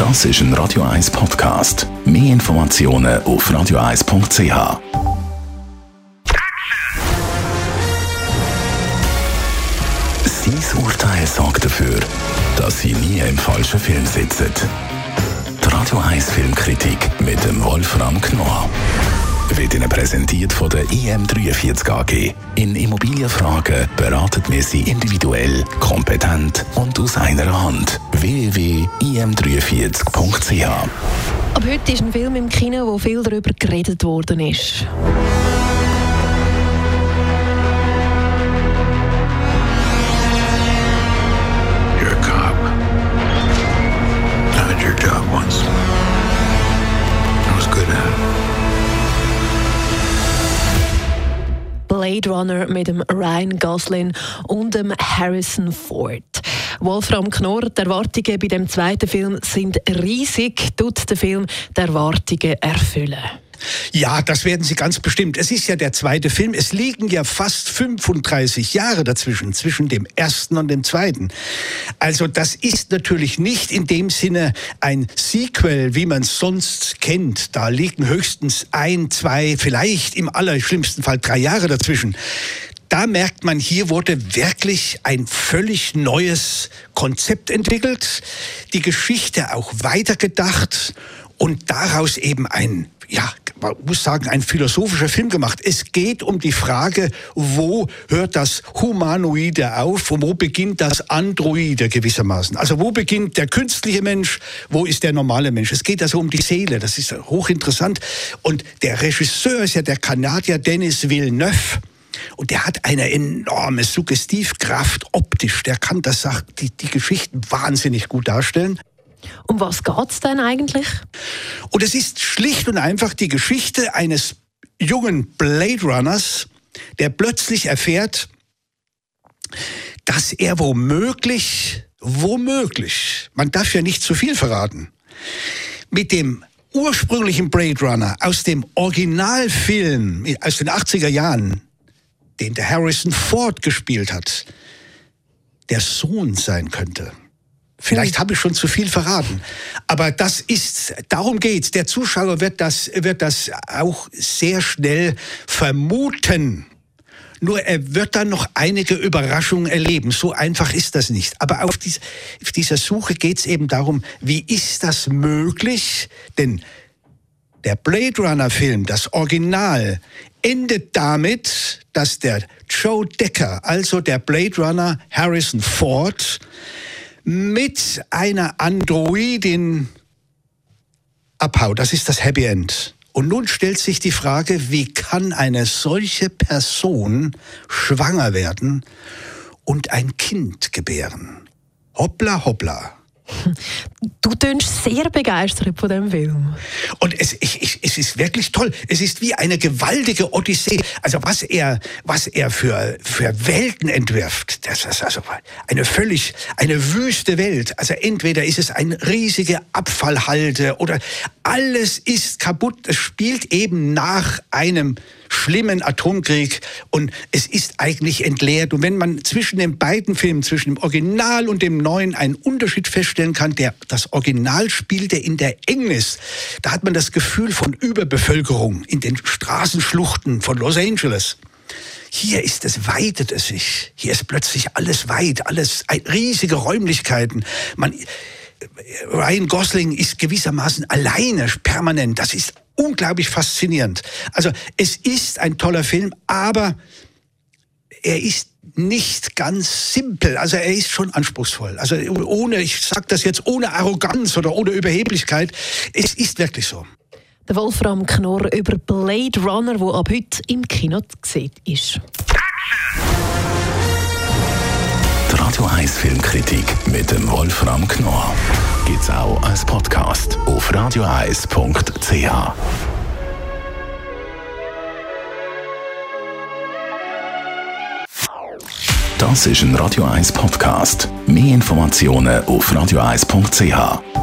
Das ist ein Radio 1 Podcast. Mehr Informationen auf radio1.ch. Sein Urteil sorgt dafür, dass Sie nie im falschen Film sitzen. Die Radio 1 Filmkritik mit dem Wolfram Knorr wird Ihnen präsentiert von der IM43 AG. In Immobilienfragen beraten wir Sie individuell, kompetent und aus einer Hand. www.im43.ch. Ab heute ist ein Film im Kino, wo viel darüber geredet worden ist. You're a cop. I had your job once. I was good at it. Blade Runner mit dem Ryan Gosling und dem Harrison Ford. Wolfram Knorr, die Erwartungen bei dem zweiten Film sind riesig. Tut der Film die Erwartungen erfüllen? Ja, das werden sie ganz bestimmt. Es ist ja der zweite Film. Es liegen ja fast 35 Jahre dazwischen, zwischen dem ersten und dem zweiten. Also das ist natürlich nicht in dem Sinne ein Sequel, wie man es sonst kennt. Da liegen höchstens 1, 2, vielleicht im allerschlimmsten Fall 3 Jahre dazwischen. Da merkt man, hier wurde wirklich ein völlig neues Konzept entwickelt, die Geschichte auch weitergedacht und daraus eben ein philosophischer Film gemacht. Es geht um die Frage, wo hört das Humanoide auf und wo beginnt das Androide gewissermaßen. Also wo beginnt der künstliche Mensch, wo ist der normale Mensch. Es geht also um die Seele, das ist hochinteressant. Und der Regisseur ist ja der Kanadier Denis Villeneuve. Und der hat eine enorme Suggestivkraft optisch. Der kann die Geschichten wahnsinnig gut darstellen. Um was geht's denn eigentlich? Und es ist schlicht und einfach die Geschichte eines jungen Blade Runners, der plötzlich erfährt, dass er womöglich, man darf ja nicht zu viel verraten, mit dem ursprünglichen Blade Runner aus dem Originalfilm aus den 80er Jahren, den der Harrison Ford gespielt hat, der Sohn sein könnte. Vielleicht habe ich schon zu viel verraten. Aber darum geht's. Der Zuschauer wird das auch sehr schnell vermuten. Nur er wird dann noch einige Überraschungen erleben. So einfach ist das nicht. Aber auf dieser Suche geht's eben darum, wie ist das möglich? Denn der Blade Runner Film, das Original, endet damit, dass der Joe Decker, also der Blade Runner Harrison Ford, mit einer Androidin abhaut. Das ist das Happy End. Und nun stellt sich die Frage, wie kann eine solche Person schwanger werden und ein Kind gebären? Hoppla, hoppla. Du tönst sehr begeistert von dem Film. Und es ist wirklich toll. Es ist wie eine gewaltige Odyssee. Also was er für Welten entwirft, das ist also eine wüste Welt. Also entweder ist es eine riesige Abfallhalde oder alles ist kaputt. Es spielt eben nach einem schlimmen Atomkrieg und es ist eigentlich entleert. Und wenn man zwischen den beiden Filmen, zwischen dem Original und dem Neuen einen Unterschied feststellen kann, das Original spielte in der Engnis. Da hat man das Gefühl von Überbevölkerung in den Straßenschluchten von Los Angeles. Hier weitet es sich. Hier ist plötzlich alles weit, alles riesige Räumlichkeiten. Ryan Gosling ist gewissermaßen alleine, permanent. Das ist unglaublich faszinierend. Also es ist ein toller Film, aber er ist nicht ganz simpel. Also er ist schon anspruchsvoll. Also ich sage das jetzt ohne Arroganz oder ohne Überheblichkeit. Es ist wirklich so. Der Wolfram Knorr über Blade Runner, der ab heute im Kino zu sehen ist. Die Radio 1 Filmkritik mit dem Wolfram Knorr gibt's auch als Podcast auf radio1.ch. Das ist ein Radio 1 Podcast. Mehr Informationen auf radio1.ch.